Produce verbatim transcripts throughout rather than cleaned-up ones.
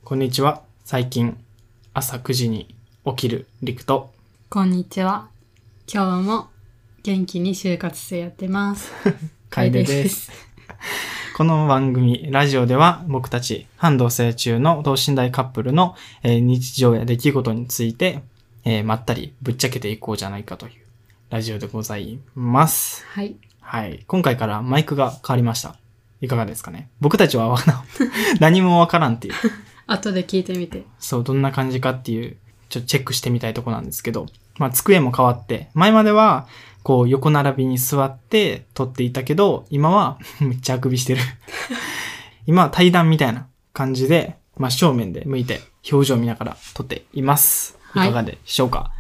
こんにちは。最近朝くじに起きるリクと。 こんにちは。今日も元気に就活生やってます。 楓です。この番組ラジオでは僕たち半同棲中の等身大カップルの、えー、日常や出来事について、えー、まったりぶっちゃけていこうじゃないかというラジオでございます。 はい。 はい。今回からマイクが変わりました。いかがですかね。僕たちは何もわからんっていう。 後で聞いてみて。 そう、どんな感じかっていう、ちょっとチェックしてみたいとこなんですけど、まあ、机も変わって、前までは、こう、横並びに座って撮っていたけど、今は、めっちゃあくびしてる。今は対談みたいな感じで、真正面で向いて、表情を見ながら撮っています。いかがでしょうか？はい、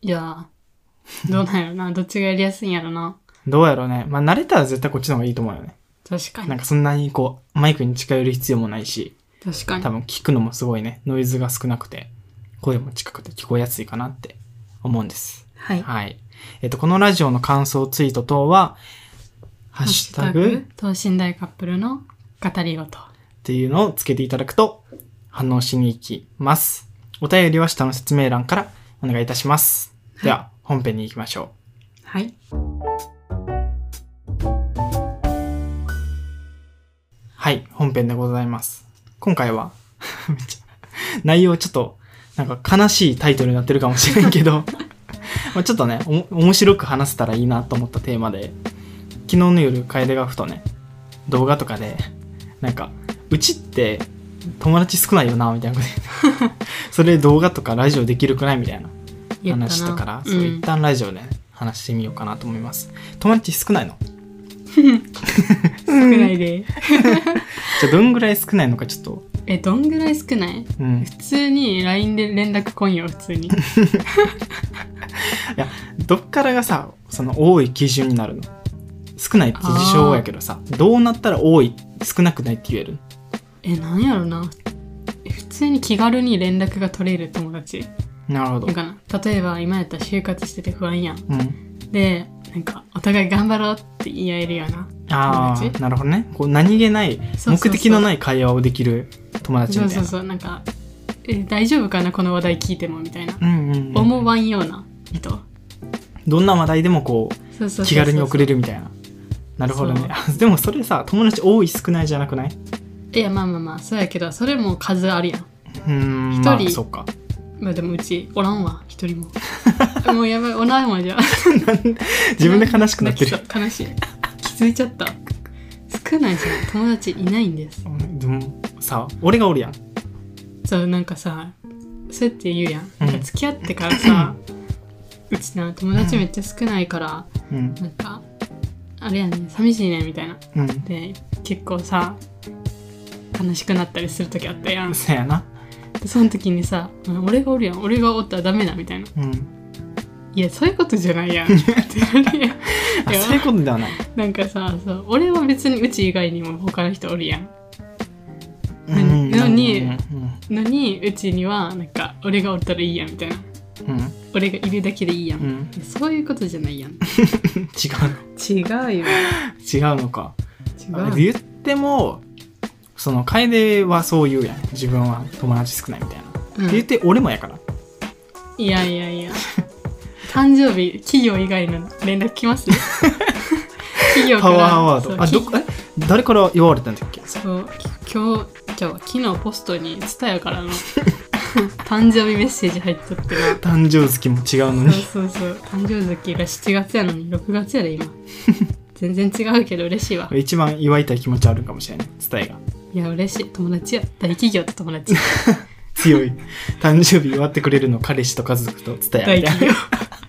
いやー、どうなんやろな。どっちがやりやすいんやろな。 どうやろうね。まあ、慣れたら絶対こっちの方がいいと思うよね。 確かに。 なんかそんなにこう、マイクに近寄る必要もないし、 確かに。 多分聞くのもすごいね、ノイズが少なくて、声も近くて聞こえやすいかなって思うんです。 はい。 はい。えっと、このラジオの感想ツイート等は、ハッシュタグ、 等身大カップルの語りごとっていうのをつけていただくと反応しに行きます。お便りは下の説明欄からお願いいたします。はい、では、本編に行きましょう。はい。 はい、本編でございます。今回はめっちゃ内容ちょっとなんか悲しいタイトルになってるかもしれんけどまあちょっとねお面白く話せたらいいなと思ったテーマで、昨日の夜楓がふとね動画とかでなんかうちって友達少ないよなみたいなことでそれ動画とかラジオできるくないみたいな話したから、そう、うん、一旦ラジオで、ね、話してみようかなと思います。友達少ないの？ 少ないでじゃあどんぐらい少ないのかちょっと。 え、どんぐらい少ない、うん、普通に ライン で連絡来んよ普通にいや、どっからがさその多い基準になるの？少ないって自称やけどさ、どうなったら多い少なくないって言える？ え、なんやろな、普通に気軽に連絡が取れる友達。 なるほど。 かな、例えば今やったら就活してて不安やん、 うん、 でなんかお互い頑張ろうって言い合えるようなあ友達。あ、なるほどね。こう何気ない目的のない会話をできる友達みたいな。そうそうそう、 なんかえ大丈夫かなこの話題聞いてもみたいな、 うんうんうん、 思わんような人。 どんな話題でもこう気軽に送れるみたいな。なるほどね。でもそれさ、友達多い少ないじゃなくない？ いや、まあまあまあそうやけど、それも数あるやん。 うーん、 一人、 まあ、そうか。 まあでもうちおらんわ一人ももうやばい、おらんわじゃ自分で悲しくなってる。 悲しい、気づいちゃった。少ないじゃん、友達いないんです。 でもさ、俺がおるやん。 そう、なんかさ、そうやって言うやん、うん、なんか付き合ってからさうちな友達めっちゃ少ないから、うん、なんかあれやね、寂しいねみたいな、うん、で結構さ悲しくなったりする時あったやん。 そうやな。 でその時にさ、俺がおるやん、俺がおったらダメなみたいな、うん、いやそういうことじゃないやんって言われるやんあ、そういうことではない。 なんかさ、そう、俺は別にうち以外にも他の人おるやん、 うん、 のに、うん、のにうちにはなんか俺がおったらいいやんみたいな、うん、俺がいるだけでいいやん、うん、そういうことじゃないやん違うの？違うよ。 違うのか。 違う。 言ってもその楓はそう言うやん、自分は友達少ないみたいな、うん、言って俺もやから。 いやいやいや誕生日企業以外の連絡来ます企業からパワーワード。あ、どこ、え誰から言われたんだっけ？ そう、今日じゃあ昨日ポストにツタヤからの誕生日メッセージ入っとってな。 誕生月も違うのに。 そうそうそう、誕生月がしちがつやのにろくがつやで今全然違うけど嬉しいわ。 一番祝いたい気持ちあるかもしれない、ツタヤが。いや嬉しい、友達や、大企業と友達強い。誕生日祝ってくれるの彼氏と家族とツタヤみたいな。大企業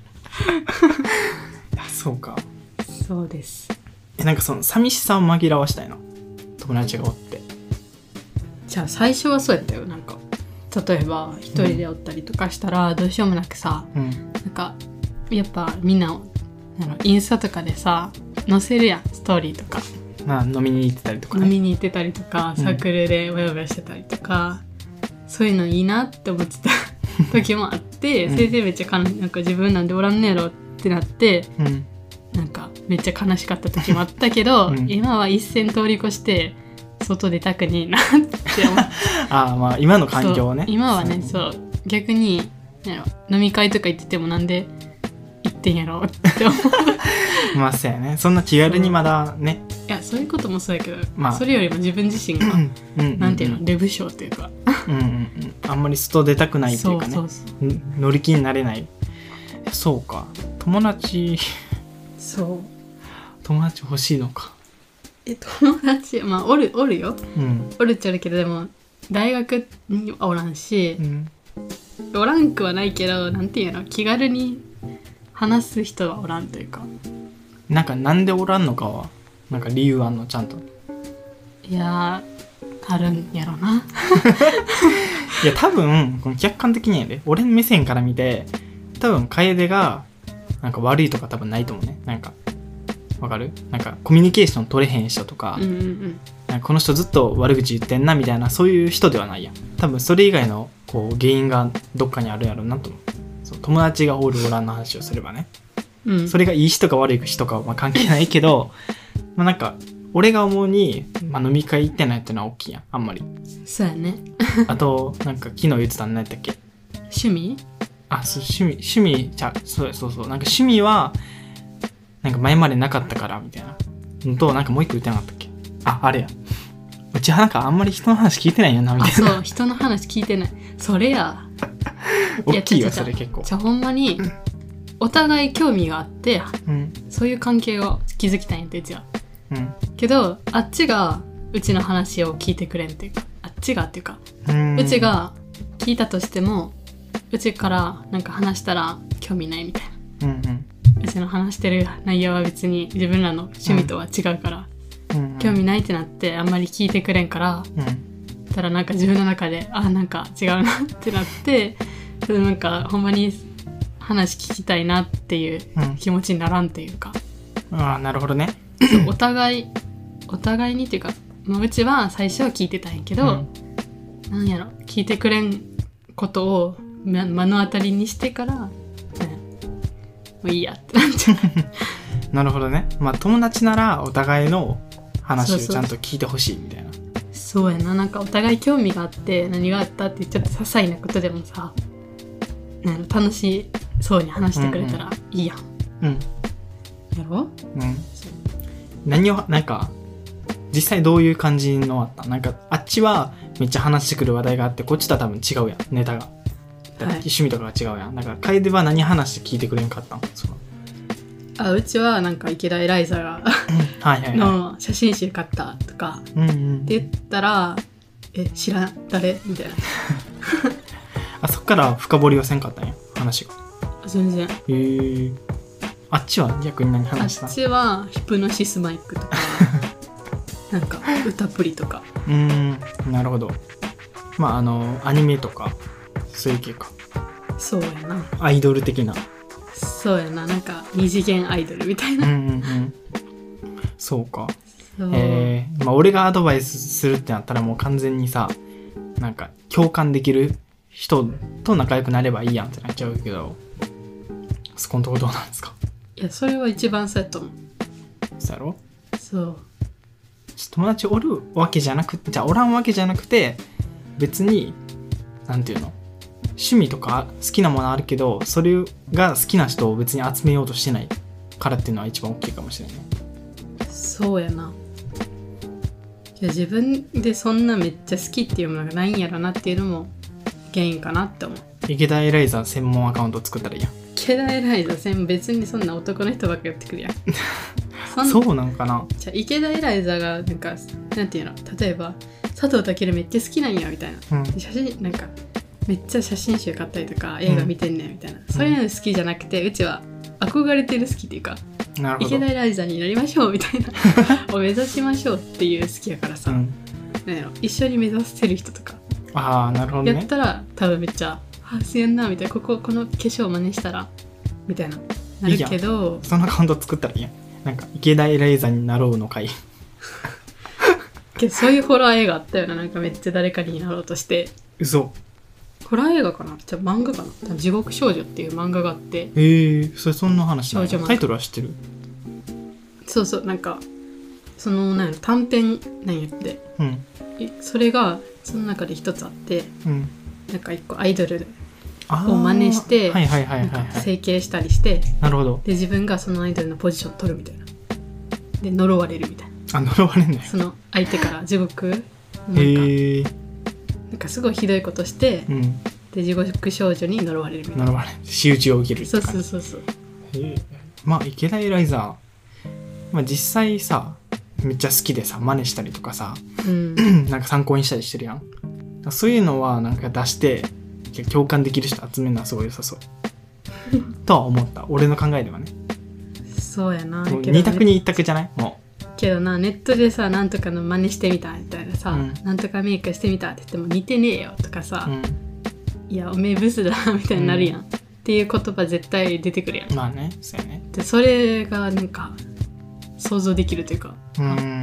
そうか。 そうです。 え、なんかその寂しさを紛らわしたいの、友達がおって。 じゃあ最初はそうやったよ。なんか例えば一人でおったりとかしたらどうしようもなくさ、うん、なんかやっぱみんなあのインスタとかでさ載せるやん、ストーリーとか。 まあ飲みに行ってたりとか、ね、 飲みに行ってたりとか、サークルでワイワイしてたりとか、うん、そういうのいいなって思ってた時もあって、うん、それでめっちゃかなんか自分なんでおらんねやろってなって、うん、なんかめっちゃ悲しかった時もあったけど、うん、今は一線通り越して外出たくねえなって思うああまあ今の環境をね今はねそう逆になんやろ飲み会とか行っててもなんで行ってんやろって思うまあそうやねそんな気軽にまだねいやそういうこともそうやけど、 まあ、 それよりも自分自身が、うんうんうん、なんていうのレブ症っていうかうんうん、うん、あんまり外出たくないっていうかねそうそうそう乗り気になれないそうか友達そう友達欲しいのかえ友達まあおるおるよ、 うん、 おるっちゃあるけどでも大学におらんし、うん、おらんくはないけどなんていうの気軽に話す人はおらんというかなんかなんでおらんのかはなんか理由あんのちゃんといやあるんやろないや多分この客観的にやで俺の目線から見て多分楓がなんか悪いとか多分ないと思うねなんかわかるなんかコミュニケーション取れへん人とか、 うんうんうん、 なんかこの人ずっと悪口言ってんなみたいなそういう人ではないやん多分それ以外のこう原因がどっかにあるやろうなと思うそう友達がおるおらんの話をすればね、うん、それがいい人か悪い人かはまあ関係ないけどまあなんか俺が思うに、まあ、飲み会行ってないってのは大きいやんあんまりそうやねあとなんか昨日言ってたの何やったっけ趣味あそう趣味趣味じゃそうそうそうなんか趣味はなんか前までなかったからみたいなのとなんかもう一個言ってなかったっけああれやうちはなんかあんまり人の話聞いてないよなみたいなそう人の話聞いてないそれや大きいよそれ結構じゃあほんまにお互い興味があって、うん、そういう関係を築きたいんやってうちは、うん、けどあっちがうちの話を聞いてくれんっていうかあっちがっていうか う, うちが聞いたとしてもうちからなんか話したら興味ないみたいな、うんうん、うちの話してる内容は別に自分らの趣味とは違うから、うんうん、興味ないってなってあんまり聞いてくれんから、うん、ただなんか自分の中であなんか違うなってなってなんかほんまに話聞きたいなっていう気持ちにならんっていうか、 うん、ああなるほどねお互いお互いにっていうか、まあ、うちは最初は聞いてたんやけど、うん、なんやろ聞いてくれんことを目の当たりにしてから、ね、もういいやってなっちゃうなるほどねまあ友達ならお互いの話をちゃんと聞いてほしいみたいなそうやななんかお互い興味があって何があったってちょっと些細なことでもさ、ね、楽しそうに話してくれたらいいやん、うん、うん、やろ、うん、 何をなんか実際どういう感じのあったなんかあっちはめっちゃ話してくる話題があってこっちとは多分違うやんネタが、はい、趣味とかが違うやんなんか楓は何話して聞いてくれんかったんそのあうちはなんか池田エライザがはいはい、はい、の写真集買ったとか、うんうん、って言ったらえ知らん誰みたいなあそっから深掘りはせんかったんや話が全然へえあっちは逆に何話したあっちはヒプノシスマイクとかなんか歌プリとかうーんなるほどまああのアニメとかそういう系かそうやなアイドル的なそうやななんか二次元アイドルみたいなうんうん、うん、 そうかそうえー、まあ俺がアドバイスするってなったらもう完全にさなんか共感できる人と仲良くなればいいやんってなっちゃうけどそこのとこどうなんですかいやそれは一番そうやと思うそうやろそう友達おるわけじゃなくてじゃあおらんわけじゃなくて別になんていうの趣味とか好きなものあるけどそれが好きな人を別に集めようとしてないからっていうのは一番大きいかもしれないそうやないや自分でそんなめっちゃ好きっていうものがないんやろなっていうのも原因かなって思う池田エライザー専門アカウント作ったらいいやん池田エライザー別にそんな男の人ばっかやってくるやんそ, そうなんかなじゃあ池田エライザがなんかなんていうの例えば佐藤健めっちゃ好きなんやみたいな、うん、写真なんかめっちゃ写真集買ったりとか映画見てんねんみたいな、うん、そういうの好きじゃなくてうちは憧れてる好きっていうかなるほど池田エライザになりましょうみたいなを目指しましょうっていう好きやからさ、うん、なんやろ一緒に目指せる人とかああなるほどねやったら多分めっちゃあすげんなみたいなこここの化粧真似したらみたいななるけどいいそのアカウント作ったらいいやんなんか池田エライザになろうの回けどそういうホラー映画あったよななんかめっちゃ誰かになろうとして嘘ホラー映画かなじゃあ漫画かな地獄少女っていう漫画があってへえそれそんな話なのタイトルは知ってるそうそうなんかそのなんやろ短編なんやって、 うん、 それがその中で一つあって、うん、なんか一個アイドルを真似して整形したりして、 なるほど。 で自分がそのアイドルのポジションを取るみたいなで呪われるみたいな。 あ、呪われんね。 その相手から地獄なんか、 へなんかすごいひどいことして、うん、で地獄少女に呪われるみたいな。 呪われる。仕打ちを受けるって感じ。そうそうそうそう。 へまあ池田エライザー、まあ、実際さめっちゃ好きでさ真似したりとかさ、うん、なんか参考にしたりしてるやん。そういうのはなんか出して共感できる人集めるのはすごい良さそうとは思った。俺の考えではね。 そうやな。 二択に一択じゃない？もうけどな、ネットでさなんとかの真似してみたみたいなさ、うん、なんとかメイクしてみたって言っても似てねえよとかさ、うん、いやおめえブスだみたいになるやん、うん、っていう言葉絶対出てくるやん。 まあね、そうやね。 でそれがなんか想像できるというか、うん、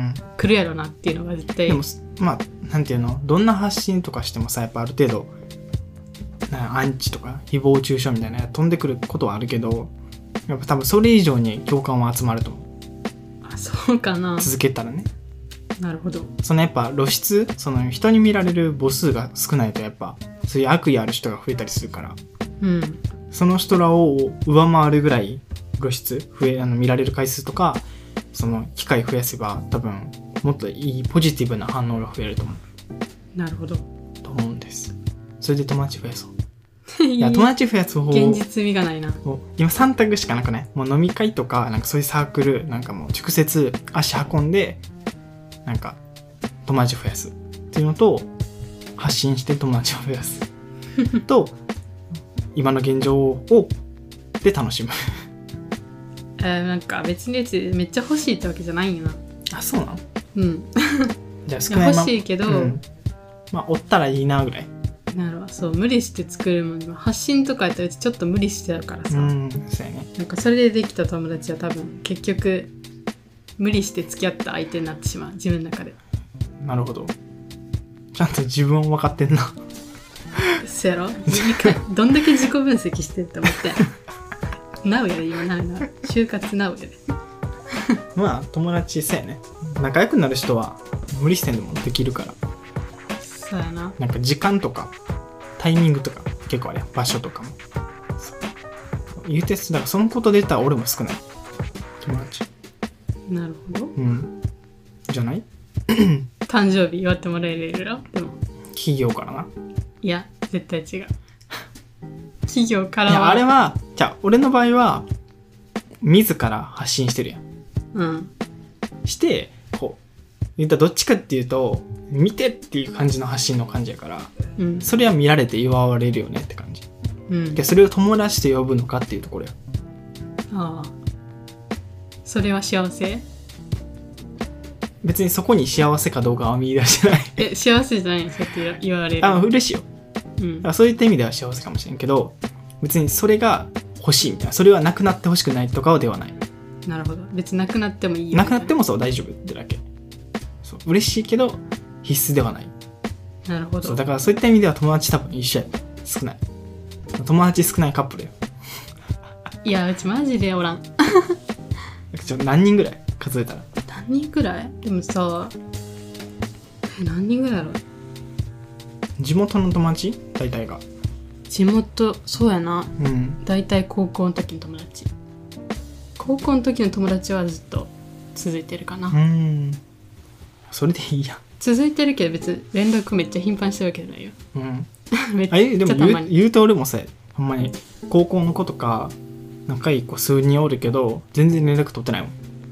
来るやろなっていうのが絶対。 でもまあなんていうの、どんな発信とかしてもさやっぱある程度アンチとか誹謗中傷みたいな飛んでくることはあるけど、やっぱ多分それ以上に共感は集まると思う。 あ、そうかな。 続けたらね。 なるほど。 そのやっぱ露出、その人に見られる母数が少ないとやっぱそういう悪意ある人が増えたりするから、うん、その人らを上回るぐらい露出増えあの見られる回数とかその機会増やせば多分もっといいポジティブな反応が増えると思う。 なるほど。 と思うんです。それで友達増やそう。いや友達増やす方法現実味がないな。 今さん択しかなくない？もう飲み会とかなんかそういうサークルなんかもう直接足運んでなんか友達増やすっていうのと発信して友達を増やすと今の現状をで楽しむえー、なんか別にめっちゃ欲しいってわけじゃないんよな。 あ、そうなの？ うんじゃあ少ない、ま、 欲しいけど、うん、 まあおったらいいなぐらい。 なるわ。そう無理して作るもん発信とかやったらちょっと無理しちゃうからさ、うん、 そうやね。 なんかそれでできた友達は多分結局無理して付き合った相手になってしまう自分の中で。 なるほど。ちゃんと自分分かってんなそうやろどんだけ自己分析してって思ってなうやで今なうな就活なうやでまあ友達そうやね。仲良くなる人は無理してんでもできるから。 そうやな。 なんか時間とかタイミングとか結構あれ場所とかも言うてだからそのことで言ったら俺も少ない友達。 なるほど。 うんじゃない誕生日祝ってもらえるよ。でも企業からな。 いや絶対違う企業からは。 いやあれはじゃあ俺の場合は自ら発信してるやん。 うんしてこう言ったらどっちかっていうと見てっていう感じの発信の感じやから、うん、それは見られて祝われるよねって感じ、うん、でそれを友達と呼ぶのかっていうところや。 ああそれは幸せ？ 別にそこに幸せかどうかは見出してないえ幸せじゃないのそうやって言われる。 あ嬉しいよ、うん、だからそういった意味では幸せかもしれんけど別にそれが欲しいみたいなそれはなくなってほしくないとかではない。 なるほど。別になくなってもいいよ。 なくなってもそう大丈夫ってだけ。そう嬉しいけど必須ではない。 なるほど。 そうだからそういった意味では友達多分一緒や。少ない友達少ないカップルよいやうちマジでおらんちょ何人ぐらい数えたら。 何人ぐらい？でもさ何人ぐらいやろ。 地元の友達大体が。 地元そうやな、 うん、 大体高校の時の友達。高校の時の友達はずっと続いてるかな。 うーんそれでいいやん。 続いてるけど別に連絡めっちゃ頻繁にしてるわけじゃないよ、 うん、 めっちゃでも言う、言うと俺もさほんまに高校の子とか仲いい子数人おるけど全然連絡取ってないもん。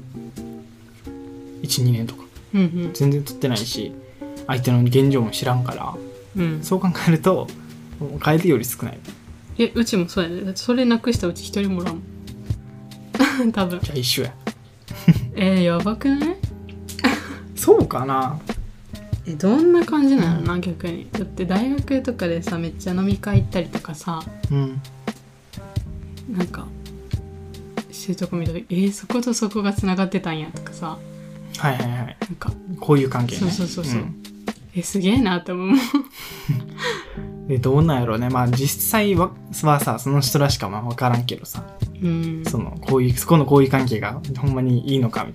いちにねんとか、うんうん、全然取ってないし相手の現状も知らんから、うん、そう考えると楓より少ない。 えうちもそうやね。だってそれなくしたうち一人もおらんもん多分。 じゃあ一緒やえー、やばくない？ そうかな。 えどんな感じなのな、うん、逆に。だって大学とかでさめっちゃ飲み会行ったりとかさ、うん、なんかしてるとこ見た時えー、そことそこがつながってたんやとかさ。 はいはいはい。なんかこういう関係ね。 そうそうそうそう、うん、えすげえなって思うでどうなんやろうね。まあ実際はさその人らしかまあ分からんけどさ、うん、そのこういうそこのこういう関係がほんまにいいのかみたいな。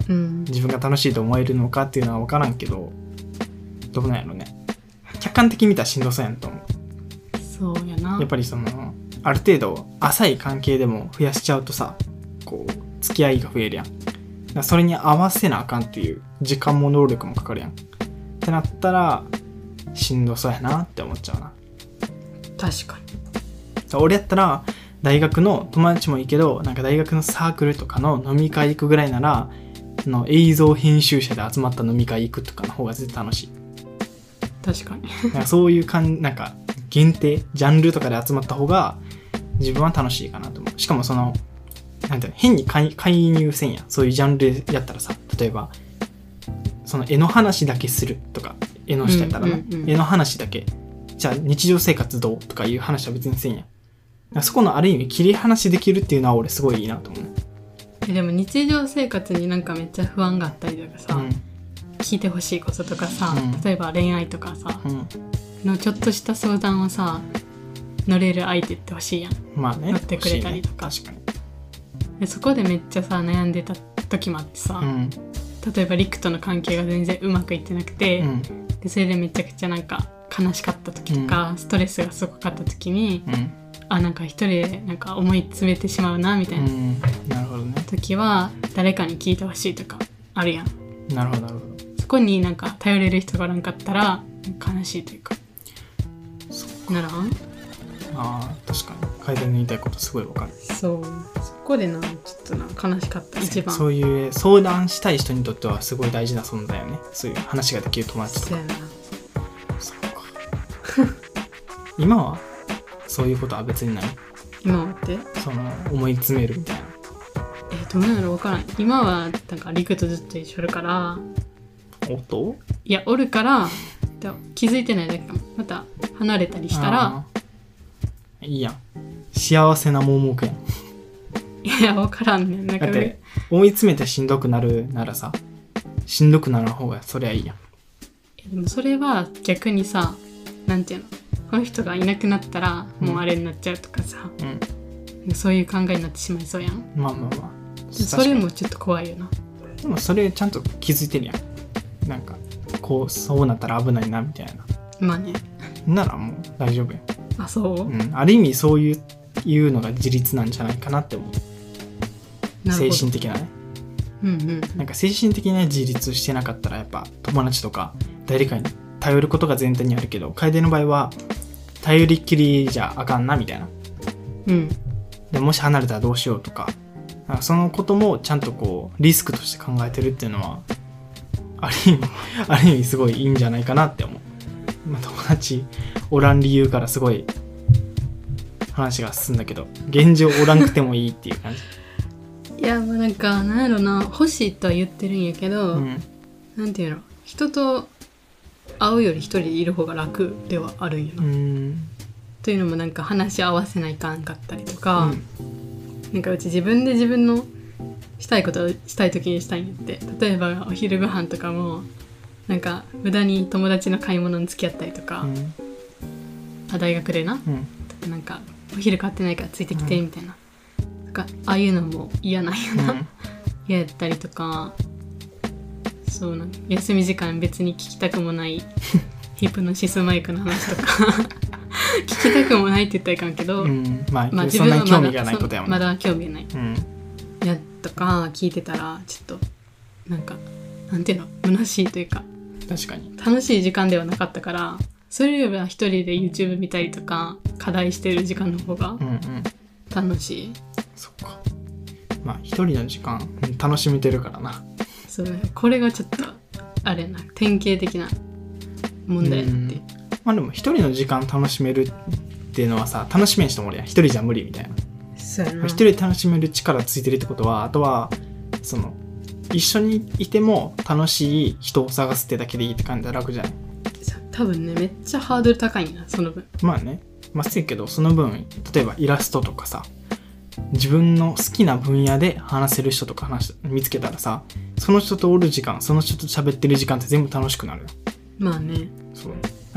うん、 自分が楽しいと思えるのかっていうのは分からんけど、どうなんやろね。客観的に見たらしんどそうやんと思う。 そうやな。 やっぱりそのある程度浅い関係でも増やしちゃうとさ、こう付き合いが増えるやん。だからそれに合わせなあかんっていう時間も能力もかかるやんってなったらしんどそうやなって思っちゃうな。 確かに。 俺やったら大学の友達もいいけど、なんか大学のサークルとかの飲み会行くぐらいならの映像編集者で集まった飲み会行くとかの方が絶対楽しい。 確かに。 なんかそういうかんなんか限定ジャンルとかで集まった方が自分は楽しいかなと思う。しかもそのなんて変に介入せんや、そういうジャンルでやったらさ、例えばその絵の話だけするとか、絵の下やったらな、うんうんうん、絵の話だけ、じゃあ日常生活どうとかいう話は別にせんや。そこのある意味切り離しできるっていうのは俺すごいいいなと思う。 えでも日常生活になんかめっちゃ不安があったりとかさ、うん、聞いてほしいこととかさ、うん、例えば恋愛とかさ、うん、のちょっとした相談をさ乗れる相手ってほしいやん。 まあね、 乗ってくれたりとか、 ね、確かに。 でそこでめっちゃさ悩んでた時もあってさ、うん、例えばリクとの関係が全然うまくいってなくて、うん、でそれでめちゃくちゃなんか悲しかった時とか、うん、ストレスがすごかった時に、うん、あなんか一人でなんか思い詰めてしまうなみたいな、うん、 なるほどね。 時は誰かに聞いてほしいとかあるやん。 なるほどなるほど。 そこになんか頼れる人がおらんかったら悲しいというか。 そうならん？ あ確かに改善の言いたいことすごいわかる。 そうそこでなちょっとな悲しかった。一番そういう相談したい人にとってはすごい大事な存在よね。そういう話ができる友達とか。 そうやな。 そうか今はそういうことは別にない？ 今はってその思い詰めるみたいな。 えどうなの分からん。今はなんかリクとずっと一緒おるから。 おっと？ いやおるから気づいてないだけかも。また離れたりしたらいいやん。幸せな盲目やん。 いや分からんねん。なんかだって思い詰めてしんどくなるならさ、しんどくなる方がそりゃいいやん。 いやでもそれは逆にさ、なんていうの、この人がいなくなったらもうあれになっちゃうとかさ、うん、そういう考えになってしまいそうやん。 まあまあまあそれもちょっと怖いよな。 でもそれちゃんと気づいてるやん。なんかこうそうなったら危ないなみたいな。 まあね。 ならもう大丈夫やん。 あそう、 うん、ある意味そういういうのが自立なんじゃないかなって思う。精神的なね、 うんうん、 なんか精神的な自立してなかったらやっぱ友達とか誰かに頼ることが前提にあるけど、楓の場合は頼りっきりじゃあかんなみたいな、 うん、 でもし離れたらどうしようとか、なんかそのこともちゃんとこうリスクとして考えてるっていうのはある意味ある意味すごいいいんじゃないかなって思う。まあ、友達おらん理由からすごい話が進んだけど、現状おらんくてもいいっていう感じ。 いやもうなんかなんやろな、欲しいとは言ってるんやけど、うん、なんていうの、人と会うより一人でいる方が楽ではあるんやな。うんというのもなんか話し合わせないかんかったりとか、うん、なんかうち自分で自分のしたいことをしたい時にしたいんやって。例えばお昼ご飯とかもなんか無駄に友達の買い物に付き合ったりとか、うん、あ大学でな、うん、なんかお昼買ってないからついてきてみたいな、うん、なんかああいうのも嫌なんやな、うん、嫌やったりとか、そうなん休み時間別に聞きたくもないヒプノシスマイクの話とか聞きたくもないって言ったらいかんけど、うん、まあ、まあ、自分はまだ興味がないことやもん、まだ興味がない、うん、やとか聞いてたらちょっとなんかなんていうの虚しいというか、 確かに楽しい時間ではなかったから、それよりは一人で YouTube 見たりとか課題してる時間の方が楽しい、うんうん、 そっか、まあ一人の時間楽しめてるからな。 そう、これがちょっとあれな典型的な問題だって。 まあでも一人の時間楽しめるっていうのはさ、楽しめん人もおるやん、一人じゃ無理みたいな。 そうやな、 一人で楽しめる力ついてるってことは、あとはその一緒にいても楽しい人を探すってだけでいいって感じは楽じゃない？ 多分ねめっちゃハードル高いんやその分。 まあね、まあせやけどその分例えばイラストとかさ、自分の好きな分野で話せる人とか話見つけたらさ、その人とおる時間、その人と喋ってる時間って全部楽しくなる。 まあね、 そう、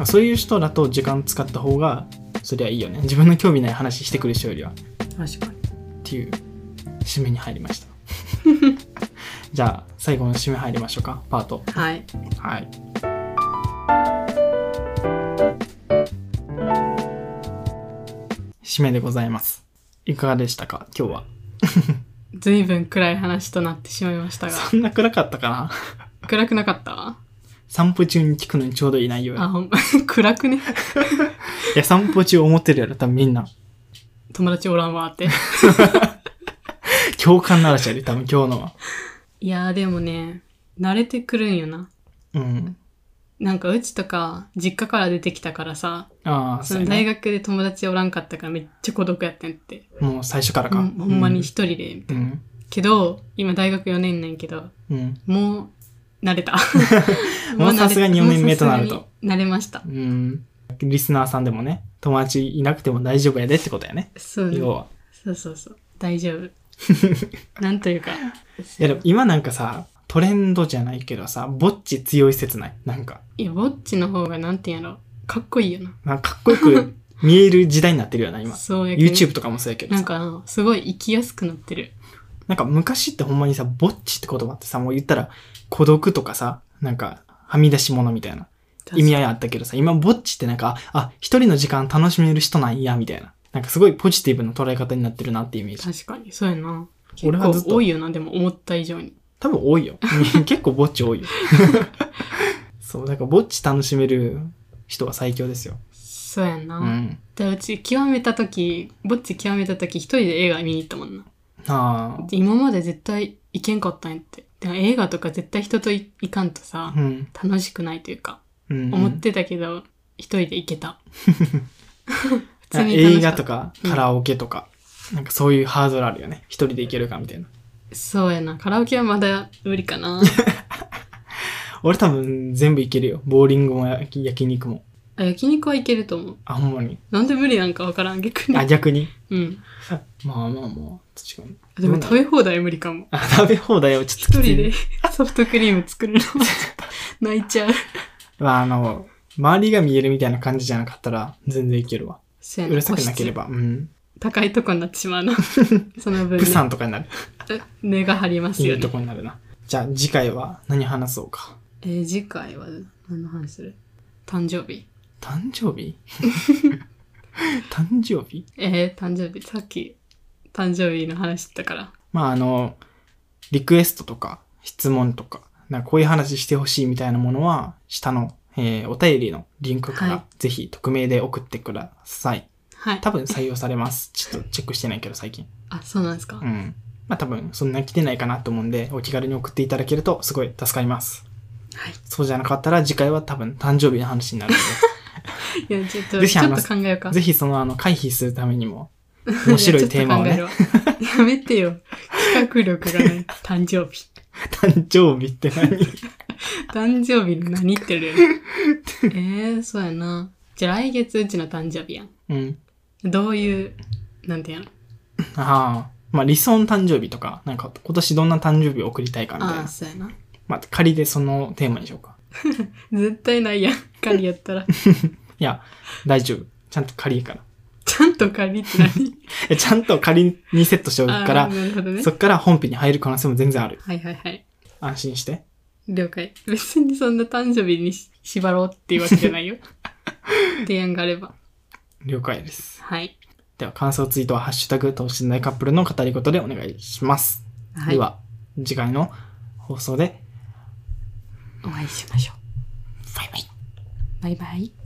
そういう人だと時間使った方がそりゃいいよね。自分の興味ない話してくる人よりは。 確かにっていう締めに入りましたじゃあ最後の締め入りましょうか、パート。 はいはい。締めでございます。いかがでしたか今日は。 ずいぶん暗い話となってしまいましたが。 そんな暗かったかな。 暗くなかった？ 散歩中に聞くのにちょうどいい内容や。 あ、ほんま暗くね。いや、散歩中思ってるやろ多分みんな。 友達おらんわって。 共感ならしやで多分今日のは。 いやーでもね、慣れてくるんよな。 うん。 なんかうちとか実家から出てきたからさ、 ああ、 その大学で友達おらんかったからめっちゃ孤独やってんって。 もう最初からか。 ほん、ほんまに一人でみたいな、うん。けど今大学よねんねんけど、うん、もう慣れた。 もうさすがによねんめとなると。 慣れました。 うん。リスナーさんでもね、友達いなくても大丈夫やでってことやね。 そうね。 要は。 そうそうそう。大丈夫。なんというか。いやでも今なんかさ、トレンドじゃないけどさ、ぼっち強い説ないなんか。 いや、ぼっちの方がなんていうんやろ。かっこいいよな。 なんかかっこよく見える時代になってるよな、今。 そうやけど。YouTube とかもそうやけどさ。なんか、すごい生きやすくなってる。 なんか昔ってほんまにさ、ぼっちって言葉ってさ、もう言ったら孤独とかさ、なんかはみ出し物みたいな意味合いあったけどさ、今ぼっちってなんか、あ、一人の時間楽しめる人なんや、みたいな。なんかすごいポジティブな捉え方になってるなっていうイメージ。 確かに、そうやな。結構多いよな、でも思った以上に。 多分多いよ。結構ぼっち多いよ。そう、だからぼっち楽しめる人は最強ですよ。 そうやんな。 うん。 で、うち極めたとき、ぼっち極めたとき一人で映画見に行ったもんな。 ああ。 今まで絶対行けんかったんやって。でも映画とか絶対人と行かんとさ、うん、楽しくないというか、うんうん、思ってたけど、一人で行けた。 普通に映画とかカラオケとか、うん、なんかそういうハードルあるよね。一人で行けるかみたいな。 そうやな。カラオケはまだ無理かな。 俺多分全部いけるよ。ボーリングも焼肉も。 あ、焼肉はいけると思う。 あ、ほんまに。 なんで無理なんかわからん、逆に。 あ、逆にうん。 まあまあまあ、確かに。 でも食べ放題無理かも。 あ、食べ放題はちょっと一人でソフトクリーム作るの泣いちゃう。 まああの、周りが見えるみたいな感じじゃなかったら全然いけるわ。 そうやな。うるさくなければ。うん。 高いとこになってしまうな。その分、ね。 プサンとかになる。 値が張りますよね。 いいとこになるな。じゃあ次回は何話そうか。 えー、次回は何の話する？誕生日。 誕生日誕生日えー、誕生日。さっき誕生日の話したから。 まああの、リクエストとか質問とか、なんかこういう話してほしいみたいなものは、下の、えー、お便りのリンクからぜひ匿名で送ってください。 はい。 多分採用されます。ちょっとチェックしてないけど最近。 あ、そうなんですか。 うん。まあ多分そんな来てないかなと思うんで、お気軽に送っていただけるとすごい助かります。 はい。 そうじゃなかったら次回は多分誕生日の話になるので。いや、ちょっと、ちょっと考えようか。 ぜひそのあの回避するためにも、面白いテーマをね。 や, やめてよ。企画力がない。誕生日。 誕生日って何誕生日の何言ってるえー、そうやな。じゃあ来月うちの誕生日やん。 うん。 どういう、なんていうの？ ああ。まあ理想の誕生日とか、なんか今年どんな誕生日を送りたいかみたいな。 ああ、そうやな。 まあ仮でそのテーマにしようか。 絶対ないやん。仮やったら。いや、大丈夫。ちゃんと仮やから。 ちゃんと仮って何ちゃんと仮にセットしておくから、 なるほどね、 そっから本編に入る可能性も全然ある。 はいはいはい。 安心して。 了解。別にそんな誕生日に縛ろうっていうわけじゃないよ。提案があれば。 了解です。 はい。 では、感想ツイートはハッシュタグ、等身大カップルの語り事でお願いします。はい。では、次回の放送でお会いしましょう。 バイバイ。 バイバイ。